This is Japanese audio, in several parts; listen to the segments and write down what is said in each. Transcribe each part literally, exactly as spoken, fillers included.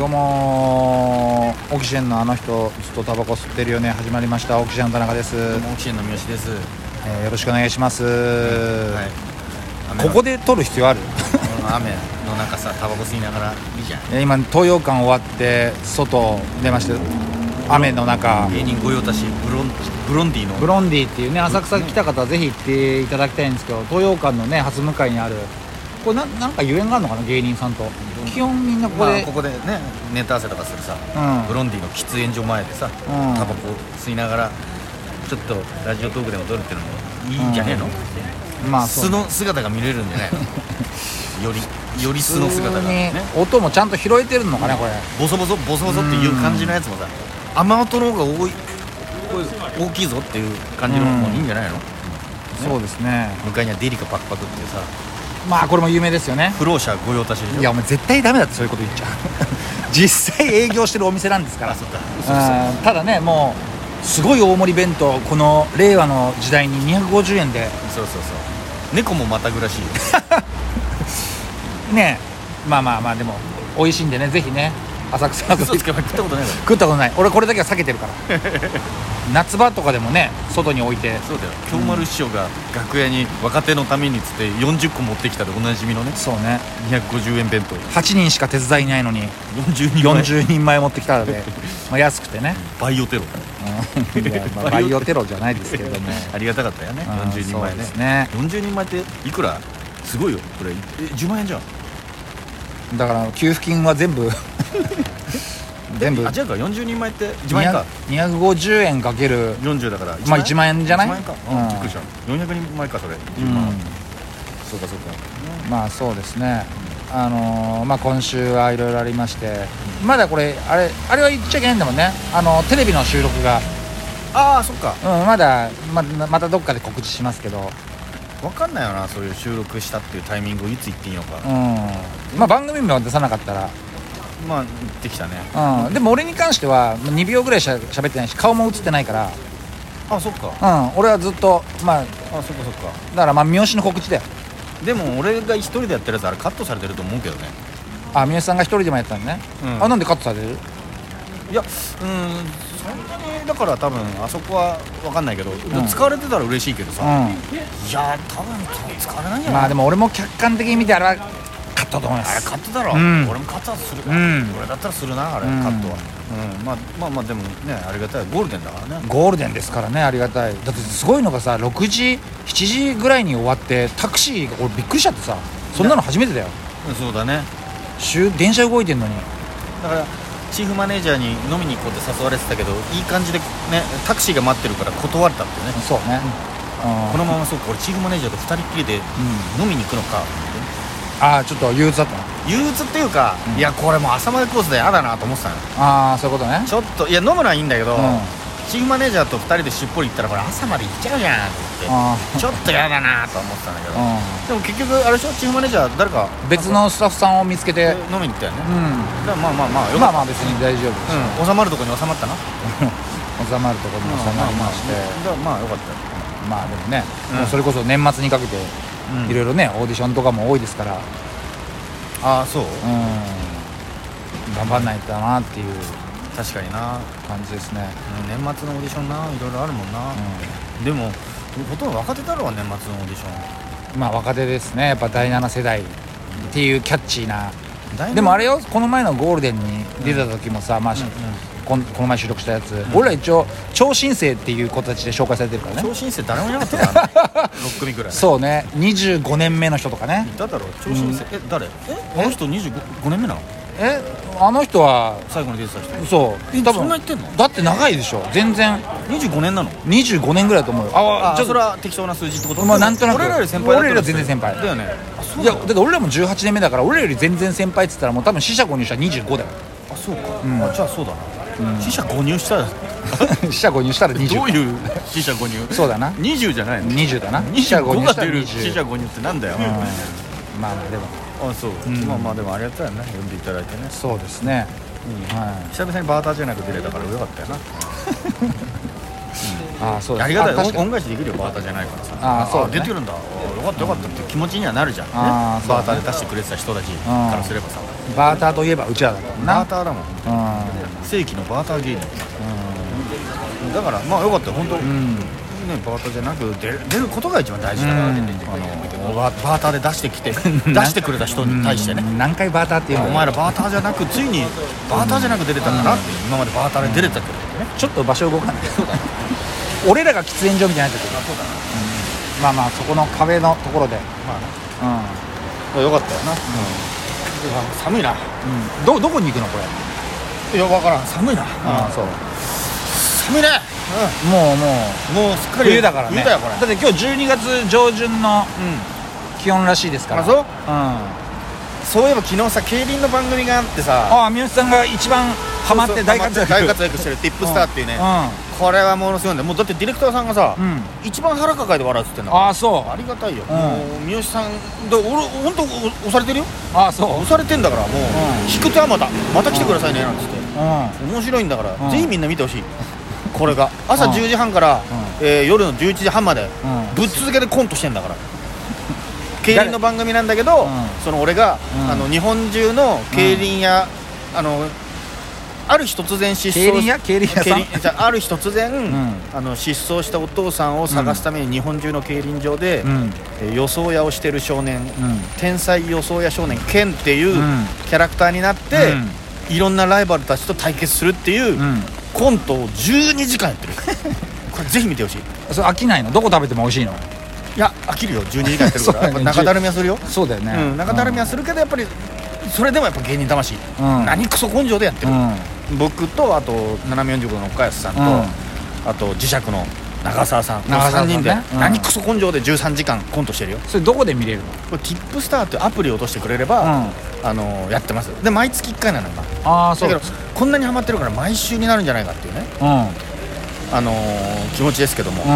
どうもオキシエンのあの人ずっとタバコ吸ってるよね始まりました。オキシエンの田中です。 どうもオキシエンの三好です、 えー、よろしくお願いします、 はい、 ここで撮る必要ある雨の中さタバコ吸いながらいいじゃん。 今東洋館終わって外出まして雨の中芸人御用達ブロンブロンディのブロンディっていうね浅草来た方はぜひ行っていただきたいんですけど、東洋館のね初向かいにあるこれ な, なんかゆえんがあるのかな芸人さんと。基本みんなここで、 まあ、ここでねネタ合わせとかするさ、うん、ブロンディの喫煙所前でさ、うん、タバコ吸いながらちょっとラジオトークでも撮るってのもいいんじゃねえの、うん、まあ素の姿が見れるんじゃないのよりより素の姿が、ね、 音もちゃんと拾えてるのかねこれ。 ボソボソボソボソっていう感じのやつもさ、雨音の方が多い大きいぞっていう感じのもいいんじゃないの、うんね、 そうですね。 向かいにはデリカパクパクっていうさ、 まあこれも有名ですよね。 不老者御用達でしょ。 いやお前絶対ダメだってそういうこと言っちゃう実際営業してるお店なんですから。 あそうか。 ただねもうすごい大盛り弁当この令和の時代ににひゃくごじゅうえんで。 そうそうそう猫もまたぐらしいよねえまあまあまあでも美味しいんでねぜひね浅草嘘つけば食ったことないだろ。 食ったことない。俺これだけは避けてるから夏場とかでもね外に置いて。 そうだよ京丸師匠が楽屋に若手のためにつってよんじゅっこ持ってきたでおなじみのね。 そうねにひゃくごじゅうえん弁当はちにんしか手伝いないのによんじゅうにんまえ持ってきたのでまあ安くてねバイオテロいや、まあ、バイオテロじゃないですけれどもありがたかったよねよんじゅうにんまえ ね, ですねよんじゅうにんまえっていくらすごいよこれえじゅうまんえんじゃん。 だから給付金は全部全部あ違うかよんじゅうにんまえっていちまんえんかにひゃくごじゅうえんかけるよんじゅうだからまあいちまんえんじゃない。 いちまんえんか、うん、びっくりしたよんひゃくにんまえかそれ、うん、そうかそうか。 まあそうですね。あのー、まあ今週はいろいろありまして、うん、まだこれあれあれは言っちゃいけないんだもんね。あのテレビの収録がああそっか、 うん、まだ ま, またどっかで告知しますけど分かんないよなそういう収録したっていうタイミングをいつ言っていいのか。 うんまあ番組名を出さなかったらまあできたね、 うん、でも俺に関してはにびょうぐらいしか喋ってないし顔も映ってないから。 あそっか。 うん俺はずっとまああそっかそっか。 だからまあ三好の告知だよ。 でも俺が一人でやってるやつあれカットされてると思うけどね。 あ三好さんが一人でもやったのね、うん、あなんでカットされてる。 いやうんそんなにだから多分あそこは分かんないけど、うん、使われてたら嬉しいけどさ、うん、いや多分使われないんじゃない。 まあでも俺も客観的に見てあれはカットだと思います。 あれカットだろ、うん、俺もカットはする、うん、俺だったらするなあれ、うん、カットは、うん、まあまあまあでもねありがたいゴールデンだからね。 ゴールデンですからねありがたい。だってすごいのがさろくじしちじぐらいに終わってタクシーが俺びっくりしちゃってさそんなの初めてだよ。 そうだね電車動いてんのに。 だからチーフマネージャーに飲みに行こうって誘われてたけどいい感じでねタクシーが待ってるから断れたってね。 そうね、 うん、このままそうか俺チーフマネージャーとふたりっきりで飲みに行くのか、 うん、ああちょっと憂鬱だったの。 憂鬱っていうか、うん、いやこれもう朝までコースでやだなと思ってたの。 ああそういうことね。 ちょっといや飲むのはいいんだけど、うん、チーフマネージャーとふたりでしっぽり行ったらこれ朝まで行っちゃうじゃんって言ってちょっとやだなと思ってたんだけど、うん、でも結局あれでしょチーフマネージャー誰か別のスタッフさんを見つけて飲みに行ったよね。 うんだからまあまあまあよかった。まあまあ別に大丈夫です、 うん、収まるとこに収まったな収まるとこに収まりまして、 うん、まあまあよかったよ。 まあでもね、うん、もうそれこそ年末にかけていろいろねオーディションとかも多いですから。 ああそう、うん、 頑張んないとなっていう確かにな感じですね、 うん、年末のオーディションないろいろあるもんな、うん、でもほとんど若手だろう年末のオーディション。 まあ若手ですねやっぱだいなな世代っていうキャッチーな、うん、でもあれよこの前のゴールデンに出た時もさ、うん、まあ、うんうんこの前収録したやつ、うん、俺ら一応超新星っていう子たちで紹介されてるからね。 超新星誰もいなかったからろっくみぐらいそうねにじゅうごねんめの人とかねいただろ超新星、うん、え誰えあの人にじゅうごねんめなの。 えあの人は最後に出てた人。 そうえ多分そんな言ってんの。 だって長いでしょ全然にじゅうごねんなの。 にじゅうごねんぐらいだと思うよ。 ああじゃあそれは適当な数字ってこと。 まあなんとなく俺らより先輩だった。 俺らより全然先輩だよね。 あそういやだって俺らもじゅうはちねんめだから俺らより全然先輩って言ったらもう多分四捨五入したらにじゅうごだよ。 あそうか、 うん、 あじゃあそうだな、うん、四捨五入したら四捨五入したらにじゅう。 どういう四捨五入。 そうだなにじゅうじゃないの。 にじゅうだな。 にじゅうごが出る四捨五入ってなんだよ、うん、まあまあでもあそう、うん、まあまあでもありがたいね呼んでいただいてね。 そうですね、 うんはい、久々にバーターじゃなく出れたからよかったよなああそうです。 ありがたい。恩返しできるよバーターじゃないからさ。 ああそう、ね、 出てるんだよかったよかったって気持ちにはなるじゃん、ね、バーターで出してくれてた人たちからすればさ、うバーターといえばうちらだもんな。 バーターだもん、うん、正規のバーター芸人、うん、だからまあよかったよ本当、うんね、バーターじゃなく出る、出ることが一番大事だから、うん、あのバーターで出してきて出してくれた人に対してね何回バーターっていうのお前らバーターじゃなくついにバーターじゃなく出れたんだなって、うん、今までバーターで出れたけどね、 ちょっと場所動かないそうだね俺らが喫煙所みたいになってる。そうだな、うん、まあまあそこの壁のところでまあね、 うん、よかったよな、うん、寒いな、 うん、ど, どこに行くのこれ。 いや分からん寒いな、 ああそう寒いね、 うん、もうもうもうすっかり冬だからね。 冬だよこれ。 だって今日じゅうにがつ上旬の気温らしいですから。 あそう、うん、そういえば昨日さ競輪の番組があってさああ三好さんが一番ハマって大活躍大活躍してるティップスターっていうね、うんうん、これはものすごいんだよ。もうだってディレクターさんがさ、うん、一番腹抱えて笑うっつってんだから。 ああそうありがたいよ、うん、もう三好さんで俺本当押されてるよ。 ああそう押されてんだからもう、うん、引く手はまたまた来てくださいねなんつって、うん、面白いんだから、うん、ぜひみんな見てほしいこれが朝じゅうじはんから、うんえー、夜のじゅういちじはんまで、うん、ぶっ続けでコントしてんだから競輪の番組なんだけど、うん、その俺が、うん、あの日本中の競輪や、うん、あのある日突然失踪競輪や競輪屋さんじゃある日突然、うん、あの失踪したお父さんを探すために日本中の競輪場で、うんえー、予想屋をしてる少年、うん、天才予想屋少年ケンっていう、うん、キャラクターになって、うん、いろんなライバルたちと対決するっていう、うん、コントをじゅうにじかんやってるこれぜひ見てほしい。 それ飽きないの？どこ食べても美味しいの？ いや飽きるよじゅうにじかんやってるからね、中だるみはするよ。 そうだよね、 うん、中だるみはするけどやっぱりそれでもやっぱ芸人魂、うん、何クソ根性でやってる、うん、僕とあと斜めよんじゅうごどの岡安さんと、うん、あと磁石の長澤さんさんにんで、ねうん、何クソ根性でじゅうさんじかんコントしてるよ。 それどこで見れるの？ これティップスターってアプリを落としてくれれば、うん、あのやってます。で毎月いっかいなのか。 ああそうだけどこんなにハマってるから毎週になるんじゃないかっていうね、うん、あのー、気持ちですけども、うん、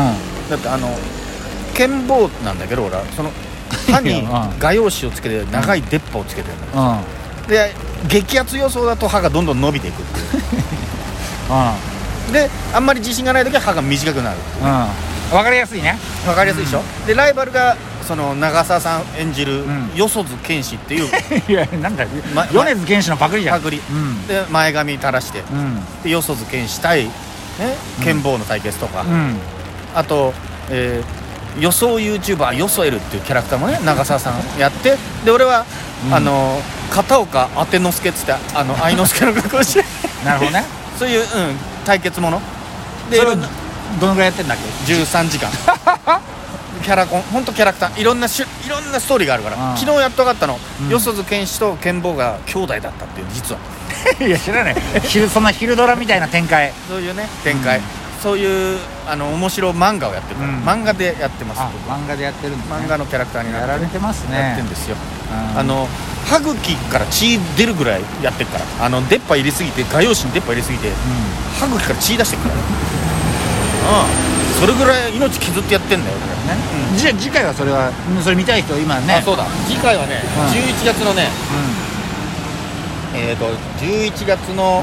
だってあの剣棒なんだけど俺はその歯に画用紙をつけて長い出っ歯をつけてるんだよ、うん、で激圧予想だと歯がどんどん伸びていくっていう、うん、であんまり自信がない時は歯が短くなる、 うん、分かりやすいね。 分かりやすいでしょ、うん、でライバルがその長澤さん演じるよそず剣士っていう、 いやなんだ、ま、米津玄師のパクリじゃん。 パクリ、うん、で前髪垂らして、うん、でよそず剣士対、ね、剣棒の対決とか、うん、あと、えー、予想 YouTuber よそえるっていうキャラクターもね長澤さんやってで俺は、うん、あの片岡当之助っつってあの愛之助の格好してなるほどねそういう、うん、対決ものでそれどのぐらいやってんだっけ？ じゅうさんじかんキャラコン本当キャラクターいろんなしいろんなストーリーがあるから、うん、昨日やっと分かったの、うん、よそず剣士と剣棒が兄弟だったっていう実はいや知らないそんな昼ドラみたいな展開そういうね展開、うん、そういうあの面白漫画をやってるから、うん、漫画でやってます。 漫画でやってるんですね。 漫画のキャラクターになってやられてますね。 やってるんですよ、うん、あの歯茎から血出るぐらいやってるからあの出っ歯入れすぎて画用紙に出っ歯入れすぎて、うん、歯茎から血出してるからああそれぐらい命削ってやってんだよこれね、 うん、じゃあ次回はそれはそれ見たい人今ね。 あそうだ次回はね、うん、じゅういちがつのね、うん、えっ、ー、とじゅういちがつの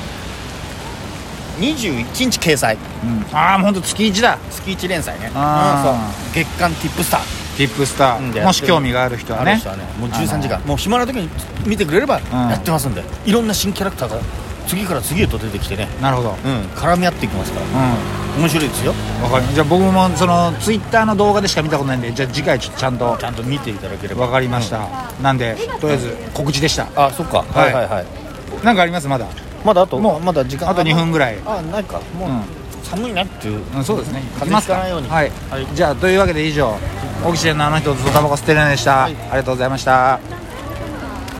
にじゅういちにち掲載、 うん、ああもうほんと月いちだ月いち連載ね。あ、うん、そう月刊ティップスターティップスター、うん、もし興味がある人はね、ある人はねもうじゅうさんじかんもう暇な時に見てくれればやってますんで、うん、いろんな新キャラクターが次から次へと出てきてね。 なるほど、うん、 絡み合っていきますから、うん、面白いですよ。 わかりじゃあ僕もそのツイッターの動画でしか見たことないんでじゃあ次回ちょっとちゃんとちゃんと見ていただければ。 わかりました、うん、なんでとりあえず告知でした。 あそっか、はい、はいはいはいなんかあります？まだまだあともうまだ時間あとにふんぐらい。 あないかもう、うん、寒いなっていう、 うん、そうですね。 風邪ひかないように、 はい、はい、じゃあというわけで以上オキシエンのあの人とタバコ吸ってるのでした、はい、ありがとうございました。